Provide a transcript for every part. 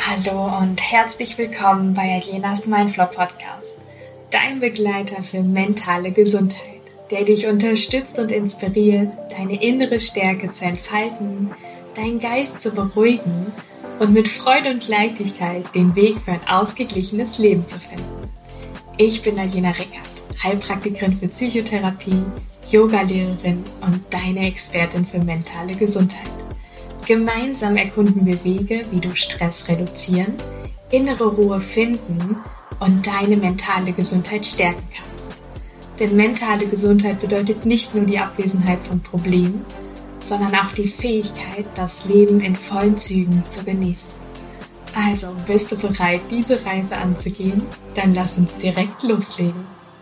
Hallo und herzlich willkommen bei Alenas Mindflow Podcast, dein Begleiter für mentale Gesundheit, der dich unterstützt und inspiriert, deine innere Stärke zu entfalten, deinen Geist zu beruhigen und mit Freude und Leichtigkeit den Weg für ein ausgeglichenes Leben zu finden. Ich bin Alena Rickert, Heilpraktikerin für Psychotherapie, Yogalehrerin und deine Expertin für mentale Gesundheit. Gemeinsam erkunden wir Wege, wie du Stress reduzieren, innere Ruhe finden und deine mentale Gesundheit stärken kannst. Denn mentale Gesundheit bedeutet nicht nur die Abwesenheit von Problemen, sondern auch die Fähigkeit, das Leben in vollen Zügen zu genießen. Also, bist du bereit, diese Reise anzugehen? Dann lass uns direkt loslegen.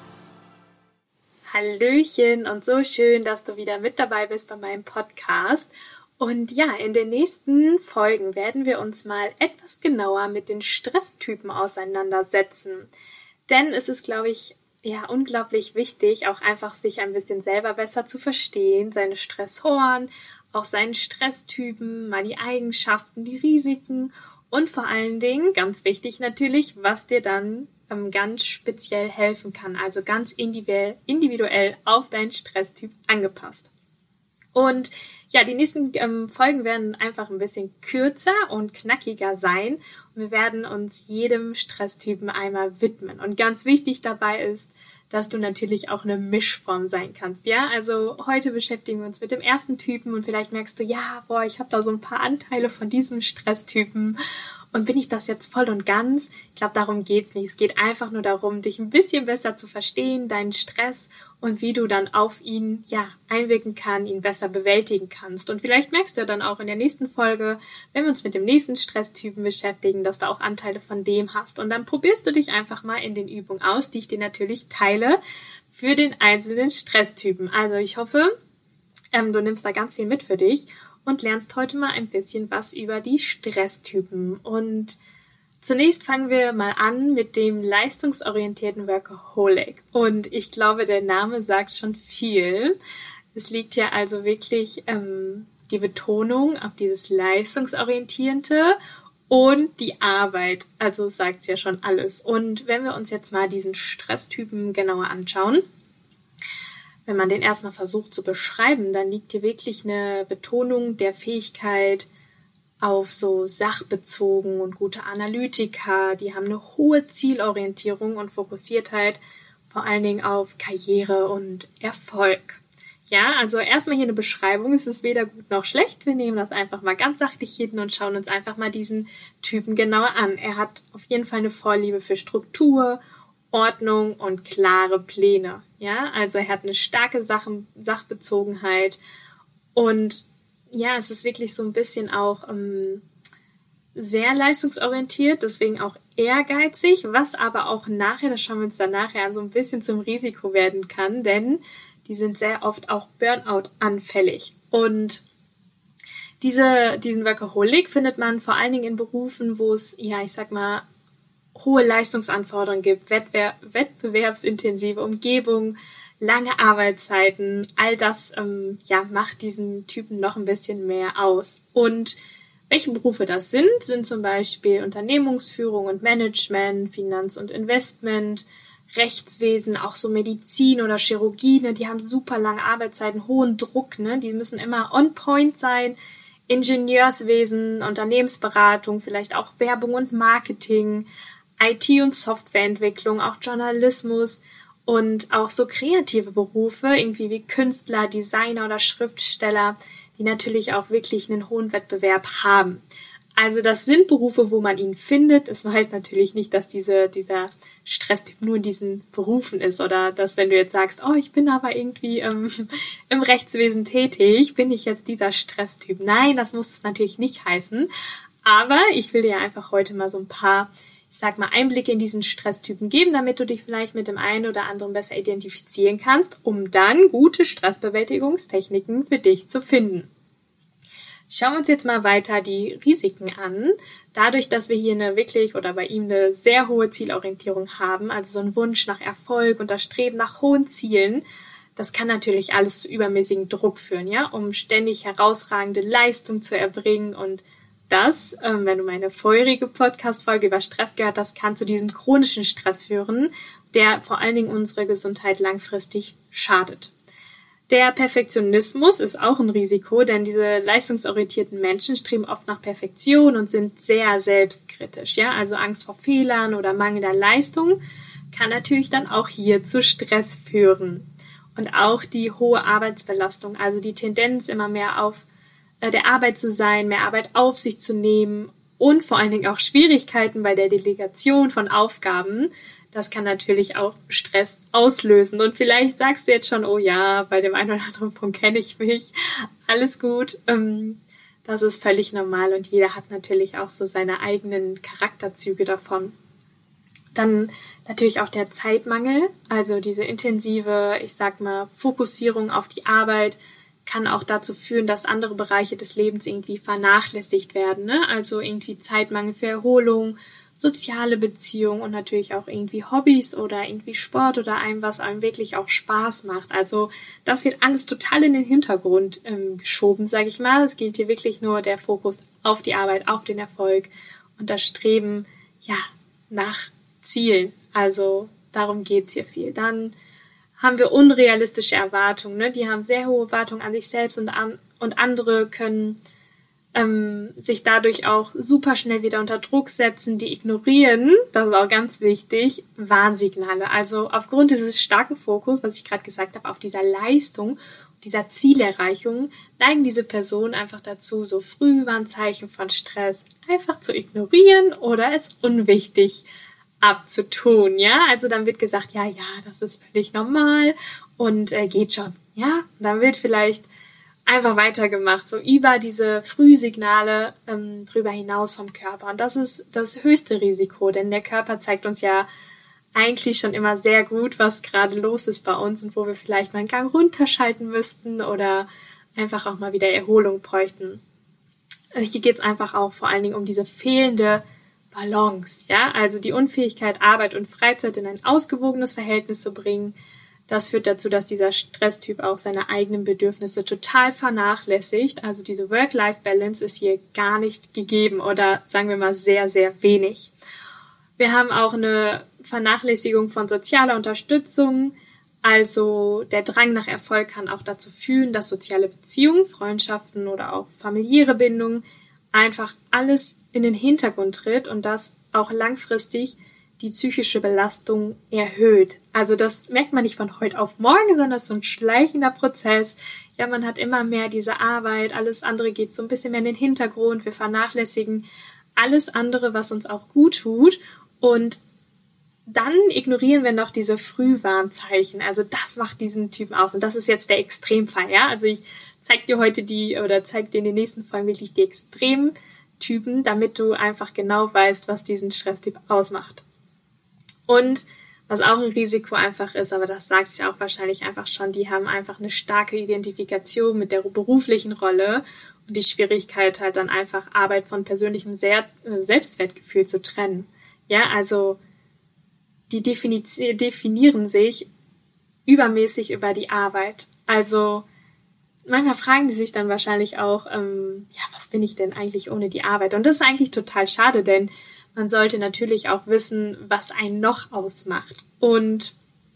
Hallöchen und so schön, dass du wieder mit dabei bist bei meinem Podcast. Und ja, in den nächsten Folgen werden wir uns mal etwas genauer mit den Stresstypen auseinandersetzen. Denn es ist, glaube ich, unglaublich wichtig, auch einfach sich ein bisschen selber besser zu verstehen, seine Stressoren, auch seinen Stresstypen, mal die Eigenschaften, die Risiken und vor allen Dingen, ganz wichtig natürlich, was dir dann ganz speziell helfen kann, also ganz individuell auf deinen Stresstyp angepasst. Und ja, die nächsten Folgen werden einfach ein bisschen kürzer und knackiger sein. Und wir werden uns jedem Stresstypen einmal widmen. Und ganz wichtig dabei ist, dass du natürlich auch eine Mischform sein kannst. Ja, also heute beschäftigen wir uns mit dem ersten Typen und vielleicht merkst du, ich habe da so ein paar Anteile von diesem Stresstypen. Und bin ich das jetzt voll und ganz? Ich glaube, darum geht's nicht. Es geht einfach nur darum, dich ein bisschen besser zu verstehen, deinen Stress und wie du dann auf ihn einwirken kannst, ihn besser bewältigen kannst. Und vielleicht merkst du ja dann auch in der nächsten Folge, wenn wir uns mit dem nächsten Stresstypen beschäftigen, dass du auch Anteile von dem hast. Und dann probierst du dich einfach mal in den Übungen aus, die ich dir natürlich teile für den einzelnen Stresstypen. Also ich hoffe, du nimmst da ganz viel mit für dich und lernst heute mal ein bisschen was über die Stresstypen. Und zunächst fangen wir mal an mit dem leistungsorientierten Workaholic. Und ich glaube, der Name sagt schon viel. Es liegt ja also wirklich die Betonung auf dieses Leistungsorientierte und die Arbeit. Also sagt es ja schon alles. Und wenn wir uns jetzt mal diesen Stresstypen genauer anschauen, wenn man den erstmal versucht zu beschreiben, dann liegt hier wirklich eine Betonung der Fähigkeit auf so sachbezogen und gute Analytiker. Die haben eine hohe Zielorientierung und Fokussiertheit vor allen Dingen auf Karriere und Erfolg. Ja, also erstmal hier eine Beschreibung. Es ist weder gut noch schlecht. Wir nehmen das einfach mal ganz sachlich hin und schauen uns einfach mal diesen Typen genauer an. Er hat auf jeden Fall eine Vorliebe für Struktur, Ordnung und klare Pläne. Ja, also er hat eine starke Sachbezogenheit und ja, es ist wirklich so ein bisschen auch sehr leistungsorientiert, deswegen auch ehrgeizig, was aber auch nachher, das schauen wir uns dann nachher an, so ein bisschen zum Risiko werden kann, denn die sind sehr oft auch Burnout anfällig. Und diesen Workaholic findet man vor allen Dingen in Berufen, wo es, hohe Leistungsanforderungen gibt, wettbewerbsintensive Umgebung, lange Arbeitszeiten, all das macht diesen Typen noch ein bisschen mehr aus. Und welche Berufe das sind zum Beispiel Unternehmensführung und Management, Finanz und Investment, Rechtswesen, auch so Medizin oder Chirurgie, ne, die haben super lange Arbeitszeiten, hohen Druck, ne, die müssen immer on point sein. Ingenieurswesen, Unternehmensberatung, vielleicht auch Werbung und Marketing, IT- und Softwareentwicklung, auch Journalismus und auch so kreative Berufe, irgendwie wie Künstler, Designer oder Schriftsteller, die natürlich auch wirklich einen hohen Wettbewerb haben. Also das sind Berufe, wo man ihn findet. Es heißt natürlich nicht, dass dieser Stresstyp nur in diesen Berufen ist oder dass, wenn du jetzt sagst, ich bin aber irgendwie im Rechtswesen tätig, bin ich jetzt dieser Stresstyp. Nein, das muss es natürlich nicht heißen. Aber ich will dir einfach heute mal so ein paar Einblicke in diesen Stresstypen geben, damit du dich vielleicht mit dem einen oder anderen besser identifizieren kannst, um dann gute Stressbewältigungstechniken für dich zu finden. Schauen wir uns jetzt mal weiter die Risiken an. Dadurch, dass wir hier bei ihm eine sehr hohe Zielorientierung haben, also so einen Wunsch nach Erfolg und das Streben nach hohen Zielen, das kann natürlich alles zu übermäßigem Druck führen, ja, um ständig herausragende Leistung zu erbringen und dass, wenn du meine vorherige Podcast-Folge über Stress gehört hast, kann zu diesem chronischen Stress führen, der vor allen Dingen unserer Gesundheit langfristig schadet. Der Perfektionismus ist auch ein Risiko, denn diese leistungsorientierten Menschen streben oft nach Perfektion und sind sehr selbstkritisch. Ja? Also Angst vor Fehlern oder mangelnder Leistung kann natürlich dann auch hier zu Stress führen. Und auch die hohe Arbeitsbelastung, also die Tendenz immer mehr auf der Arbeit zu sein, mehr Arbeit auf sich zu nehmen und vor allen Dingen auch Schwierigkeiten bei der Delegation von Aufgaben, das kann natürlich auch Stress auslösen. Und vielleicht sagst du jetzt schon, oh ja, bei dem einen oder anderen Punkt kenne ich mich, alles gut. Das ist völlig normal und jeder hat natürlich auch so seine eigenen Charakterzüge davon. Dann natürlich auch der Zeitmangel, also diese intensive, ich sag mal, Fokussierung auf die Arbeit kann auch dazu führen, dass andere Bereiche des Lebens irgendwie vernachlässigt werden, ne? Also irgendwie Zeitmangel für Erholung, soziale Beziehungen und natürlich auch irgendwie Hobbys oder irgendwie Sport oder einem, was einem wirklich auch Spaß macht. Also das wird alles total in den Hintergrund geschoben, sage ich mal. Es gilt hier wirklich nur der Fokus auf die Arbeit, auf den Erfolg und das Streben nach Zielen. Also darum geht's hier viel. Dann haben wir unrealistische Erwartungen. Ne? Die haben sehr hohe Erwartungen an sich selbst und andere können sich dadurch auch super schnell wieder unter Druck setzen, die ignorieren, das ist auch ganz wichtig, Warnsignale. Also aufgrund dieses starken Fokus, was ich gerade gesagt habe, auf dieser Leistung, dieser Zielerreichung, neigen diese Personen einfach dazu, so Frühwarnzeichen von Stress einfach zu ignorieren oder es unwichtig abzutun, ja. Also dann wird gesagt, ja, das ist völlig normal und geht schon, ja. Und dann wird vielleicht einfach weitergemacht, so über diese Frühsignale drüber hinaus vom Körper. Und das ist das höchste Risiko, denn der Körper zeigt uns ja eigentlich schon immer sehr gut, was gerade los ist bei uns und wo wir vielleicht mal einen Gang runterschalten müssten oder einfach auch mal wieder Erholung bräuchten. Hier geht es einfach auch vor allen Dingen um diese fehlende Balance, ja, also die Unfähigkeit, Arbeit und Freizeit in ein ausgewogenes Verhältnis zu bringen. Das führt dazu, dass dieser Stresstyp auch seine eigenen Bedürfnisse total vernachlässigt. Also diese Work-Life-Balance ist hier gar nicht gegeben oder sagen wir mal sehr, sehr wenig. Wir haben auch eine Vernachlässigung von sozialer Unterstützung. Also der Drang nach Erfolg kann auch dazu führen, dass soziale Beziehungen, Freundschaften oder auch familiäre Bindungen einfach alles in den Hintergrund tritt und das auch langfristig die psychische Belastung erhöht. Also das merkt man nicht von heute auf morgen, sondern das ist so ein schleichender Prozess. Ja, man hat immer mehr diese Arbeit, alles andere geht so ein bisschen mehr in den Hintergrund. Wir vernachlässigen alles andere, was uns auch gut tut. Und dann ignorieren wir noch diese Frühwarnzeichen. Also das macht diesen Typen aus. Und das ist jetzt der Extremfall, ja. Also ich zeige dir heute zeige dir in den nächsten Folgen wirklich die Extremtypen, damit du einfach genau weißt, was diesen Stresstyp ausmacht. Und was auch ein Risiko einfach ist, aber das sagst du ja auch wahrscheinlich einfach schon, die haben einfach eine starke Identifikation mit der beruflichen Rolle und die Schwierigkeit halt dann einfach Arbeit von persönlichem Selbstwertgefühl zu trennen. Ja, also die definieren sich übermäßig über die Arbeit. Also manchmal fragen die sich dann wahrscheinlich auch, was bin ich denn eigentlich ohne die Arbeit? Und das ist eigentlich total schade, denn man sollte natürlich auch wissen, was einen noch ausmacht. Und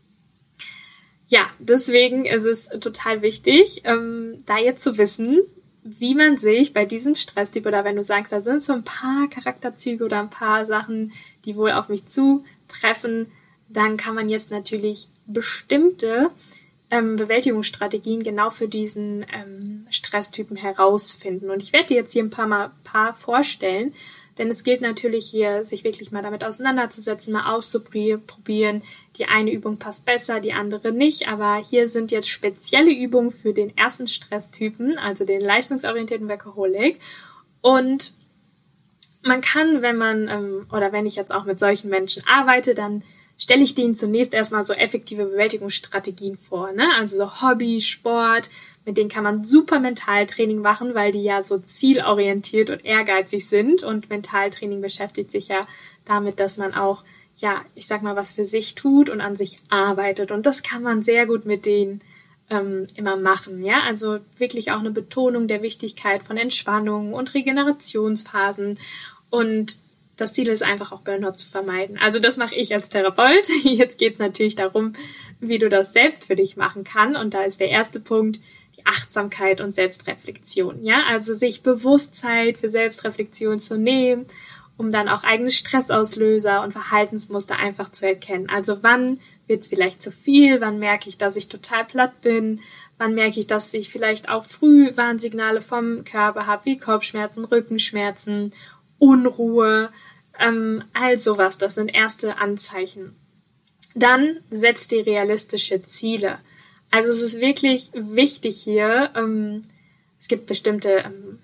ja, deswegen ist es total wichtig, da jetzt zu wissen, wie man sich bei diesem Stresstyp oder wenn du sagst, da sind so ein paar Charakterzüge oder ein paar Sachen, die wohl auf mich zutreffen, dann kann man jetzt natürlich bestimmte Bewältigungsstrategien genau für diesen Stresstypen herausfinden. Und ich werde dir jetzt hier ein paar vorstellen, denn es gilt natürlich hier, sich wirklich mal damit auseinanderzusetzen, mal auszuprobieren. Die eine Übung passt besser, die andere nicht. Aber hier sind jetzt spezielle Übungen für den ersten Stresstypen, also den leistungsorientierten Workaholic. Und man kann, wenn ich jetzt auch mit solchen Menschen arbeite, dann stelle ich denen zunächst erstmal so effektive Bewältigungsstrategien vor, ne? Also so Hobby, Sport, mit denen kann man super Mentaltraining machen, weil die ja so zielorientiert und ehrgeizig sind und Mentaltraining beschäftigt sich ja damit, dass man auch, was für sich tut und an sich arbeitet und das kann man sehr gut mit denen immer machen. Ja, also wirklich auch eine Betonung der Wichtigkeit von Entspannung und Regenerationsphasen. Und das Ziel ist einfach auch Burnout zu vermeiden. Also das mache ich als Therapeut. Jetzt geht es natürlich darum, wie du das selbst für dich machen kannst. Und da ist der erste Punkt die Achtsamkeit und Selbstreflexion. Ja, also sich bewusst Zeit für Selbstreflexion zu nehmen, um dann auch eigene Stressauslöser und Verhaltensmuster einfach zu erkennen. Also wann wird es vielleicht zu viel? Wann merke ich, dass ich total platt bin? Wann merke ich, dass ich vielleicht auch früh Warnsignale vom Körper habe, wie Kopfschmerzen, Rückenschmerzen, Unruhe, all sowas. Das sind erste Anzeichen. Dann setzt die realistische Ziele. Also es ist wirklich wichtig hier, es gibt bestimmte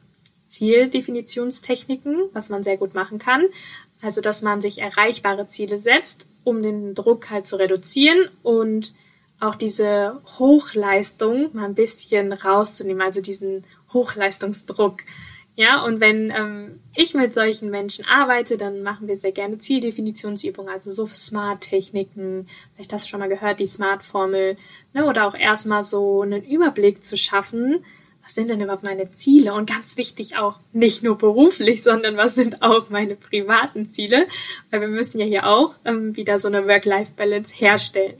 Zieldefinitionstechniken, was man sehr gut machen kann. Also dass man sich erreichbare Ziele setzt, um den Druck halt zu reduzieren und auch diese Hochleistung mal ein bisschen rauszunehmen, also diesen Hochleistungsdruck. Ja, und wenn ich mit solchen Menschen arbeite, dann machen wir sehr gerne Zieldefinitionsübungen, also so Smart-Techniken, vielleicht hast du schon mal gehört, die Smart-Formel, ne, oder auch erstmal so einen Überblick zu schaffen, was sind denn überhaupt meine Ziele? Und ganz wichtig auch, nicht nur beruflich, sondern was sind auch meine privaten Ziele? Weil wir müssen ja hier auch wieder so eine Work-Life-Balance herstellen.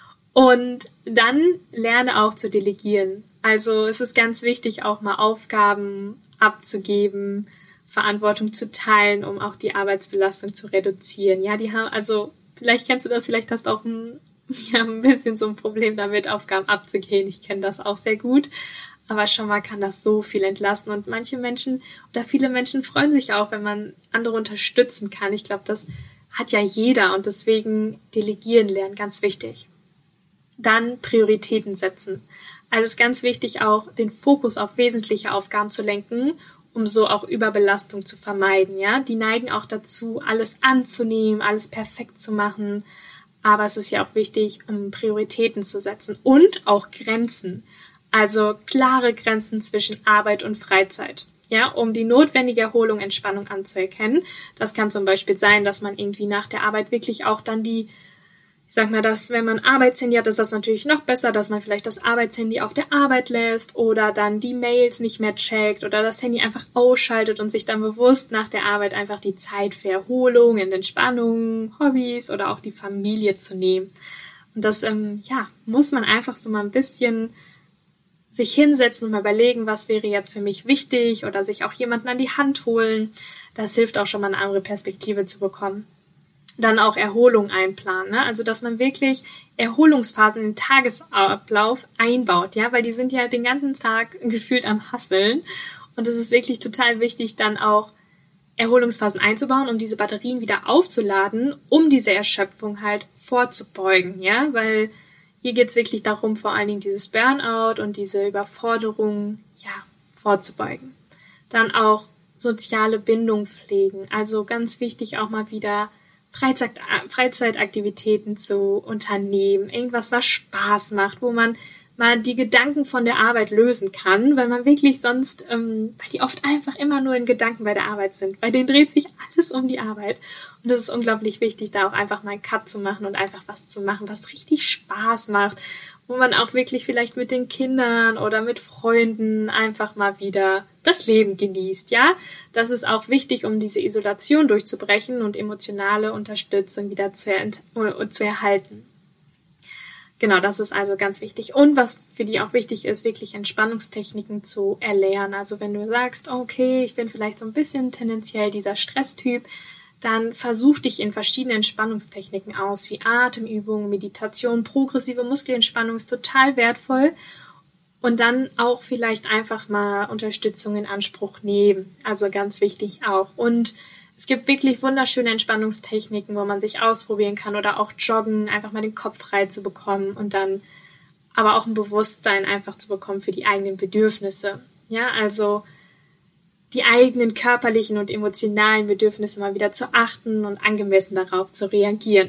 Und dann lerne auch zu delegieren. Also es ist ganz wichtig, auch mal Aufgaben abzugeben, Verantwortung zu teilen, um auch die Arbeitsbelastung zu reduzieren. Ja, die haben, also vielleicht kennst du das, vielleicht hast du auch ein bisschen so ein Problem damit, Aufgaben abzugehen. Ich kenne das auch sehr gut. Aber schon mal kann das so viel entlasten. Und manche Menschen oder viele Menschen freuen sich auch, wenn man andere unterstützen kann. Ich glaube, das hat ja jeder und deswegen delegieren lernen, ganz wichtig. Dann Prioritäten setzen. Also es ist ganz wichtig, auch den Fokus auf wesentliche Aufgaben zu lenken, um so auch Überbelastung zu vermeiden. Ja, die neigen auch dazu, alles anzunehmen, alles perfekt zu machen. Aber es ist ja auch wichtig, Prioritäten zu setzen und auch Grenzen. Also klare Grenzen zwischen Arbeit und Freizeit. Ja, um die notwendige Erholung, Entspannung anzuerkennen. Das kann zum Beispiel sein, dass man irgendwie nach der Arbeit wirklich auch dann ich sag mal, dass wenn man Arbeitshandy hat, ist das natürlich noch besser, dass man vielleicht das Arbeitshandy auf der Arbeit lässt oder dann die Mails nicht mehr checkt oder das Handy einfach ausschaltet und sich dann bewusst nach der Arbeit einfach die Zeit für Erholung, Entspannung, Hobbys oder auch die Familie zu nehmen. Und das, muss man einfach so mal ein bisschen sich hinsetzen und mal überlegen, was wäre jetzt für mich wichtig oder sich auch jemanden an die Hand holen. Das hilft auch schon mal eine andere Perspektive zu bekommen. Dann auch Erholung einplanen, ne? Also dass man wirklich Erholungsphasen in den Tagesablauf einbaut, ja, weil die sind ja den ganzen Tag gefühlt am Hasseln und es ist wirklich total wichtig, dann auch Erholungsphasen einzubauen, um diese Batterien wieder aufzuladen, um diese Erschöpfung halt vorzubeugen, ja, weil hier geht es wirklich darum, vor allen Dingen dieses Burnout und diese Überforderung, vorzubeugen. Dann auch soziale Bindung pflegen, also ganz wichtig auch mal wieder Freizeitaktivitäten zu unternehmen, irgendwas, was Spaß macht, wo man mal die Gedanken von der Arbeit lösen kann, weil man wirklich sonst, weil die oft einfach immer nur in Gedanken bei der Arbeit sind. Bei denen dreht sich alles um die Arbeit. Und es ist unglaublich wichtig, da auch einfach mal einen Cut zu machen und einfach was zu machen, was richtig Spaß macht, wo man auch wirklich vielleicht mit den Kindern oder mit Freunden einfach mal wieder das Leben genießt, ja. Das ist auch wichtig, um diese Isolation durchzubrechen und emotionale Unterstützung wieder zu erhalten. Genau, das ist also ganz wichtig. Und was für die auch wichtig ist, wirklich Entspannungstechniken zu erlernen. Also wenn du sagst, okay, ich bin vielleicht so ein bisschen tendenziell dieser Stresstyp, dann versuch dich in verschiedene Entspannungstechniken aus, wie Atemübungen, Meditation, progressive Muskelentspannung ist total wertvoll. Und dann auch vielleicht einfach mal Unterstützung in Anspruch nehmen. Also ganz wichtig auch. Und es gibt wirklich wunderschöne Entspannungstechniken, wo man sich ausprobieren kann oder auch joggen, einfach mal den Kopf frei zu bekommen und dann aber auch ein Bewusstsein einfach zu bekommen für die eigenen Bedürfnisse. Ja, also die eigenen körperlichen und emotionalen Bedürfnisse mal wieder zu achten und angemessen darauf zu reagieren.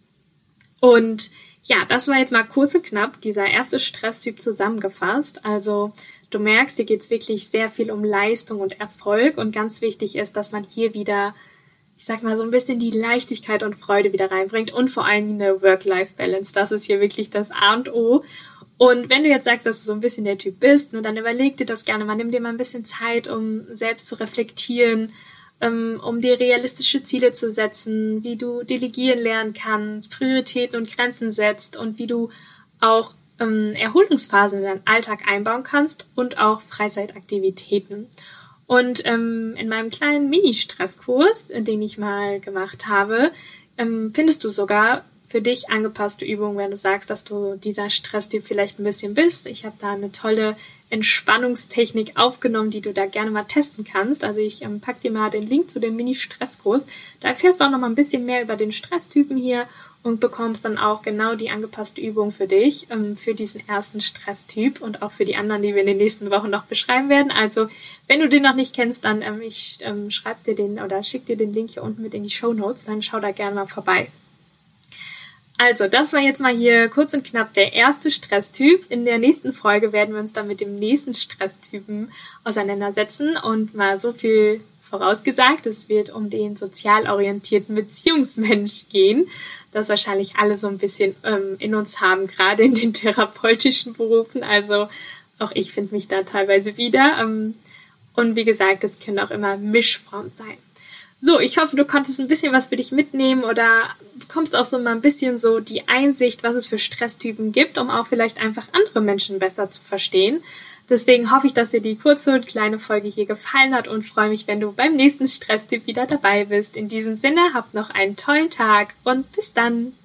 Und ja, das war jetzt mal kurz und knapp dieser erste Stresstyp zusammengefasst. Also du merkst, hier geht es wirklich sehr viel um Leistung und Erfolg und ganz wichtig ist, dass man hier wieder, ich sag mal, so ein bisschen die Leichtigkeit und Freude wieder reinbringt und vor allem eine Work-Life-Balance. Das ist hier wirklich das A und O. Und wenn du jetzt sagst, dass du so ein bisschen der Typ bist, ne, dann überleg dir das gerne mal, nimm dir mal ein bisschen Zeit, um selbst zu reflektieren, um dir realistische Ziele zu setzen, wie du delegieren lernen kannst, Prioritäten und Grenzen setzt und wie du auch Erholungsphasen in deinen Alltag einbauen kannst und auch Freizeitaktivitäten. Und in meinem kleinen Mini-Stresskurs, den ich mal gemacht habe, findest du sogar für dich angepasste Übungen, wenn du sagst, dass du dieser Stresstyp vielleicht ein bisschen bist. Ich habe da eine tolle Entspannungstechnik aufgenommen, die du da gerne mal testen kannst. Also ich pack dir mal den Link zu dem Mini-Stresskurs. Da erfährst du auch noch mal ein bisschen mehr über den Stresstypen hier und bekommst dann auch genau die angepasste Übung für dich, für diesen ersten Stresstyp und auch für die anderen, die wir in den nächsten Wochen noch beschreiben werden. Also wenn du den noch nicht kennst, dann ich schreib dir den oder schick dir den Link hier unten mit in die Shownotes, dann schau da gerne mal vorbei. Also, das war jetzt mal hier kurz und knapp der erste Stresstyp. In der nächsten Folge werden wir uns dann mit dem nächsten Stresstypen auseinandersetzen und mal so viel vorausgesagt, es wird um den sozial orientierten Beziehungsmensch gehen, das wahrscheinlich alle so ein bisschen in uns haben, gerade in den therapeutischen Berufen. Also auch ich finde mich da teilweise wieder. Und wie gesagt, es können auch immer Mischformen sein. So, ich hoffe, du konntest ein bisschen was für dich mitnehmen oder bekommst auch so mal ein bisschen so die Einsicht, was es für Stresstypen gibt, um auch vielleicht einfach andere Menschen besser zu verstehen. Deswegen hoffe ich, dass dir die kurze und kleine Folge hier gefallen hat und freue mich, wenn du beim nächsten Stresstyp wieder dabei bist. In diesem Sinne, habt noch einen tollen Tag und bis dann!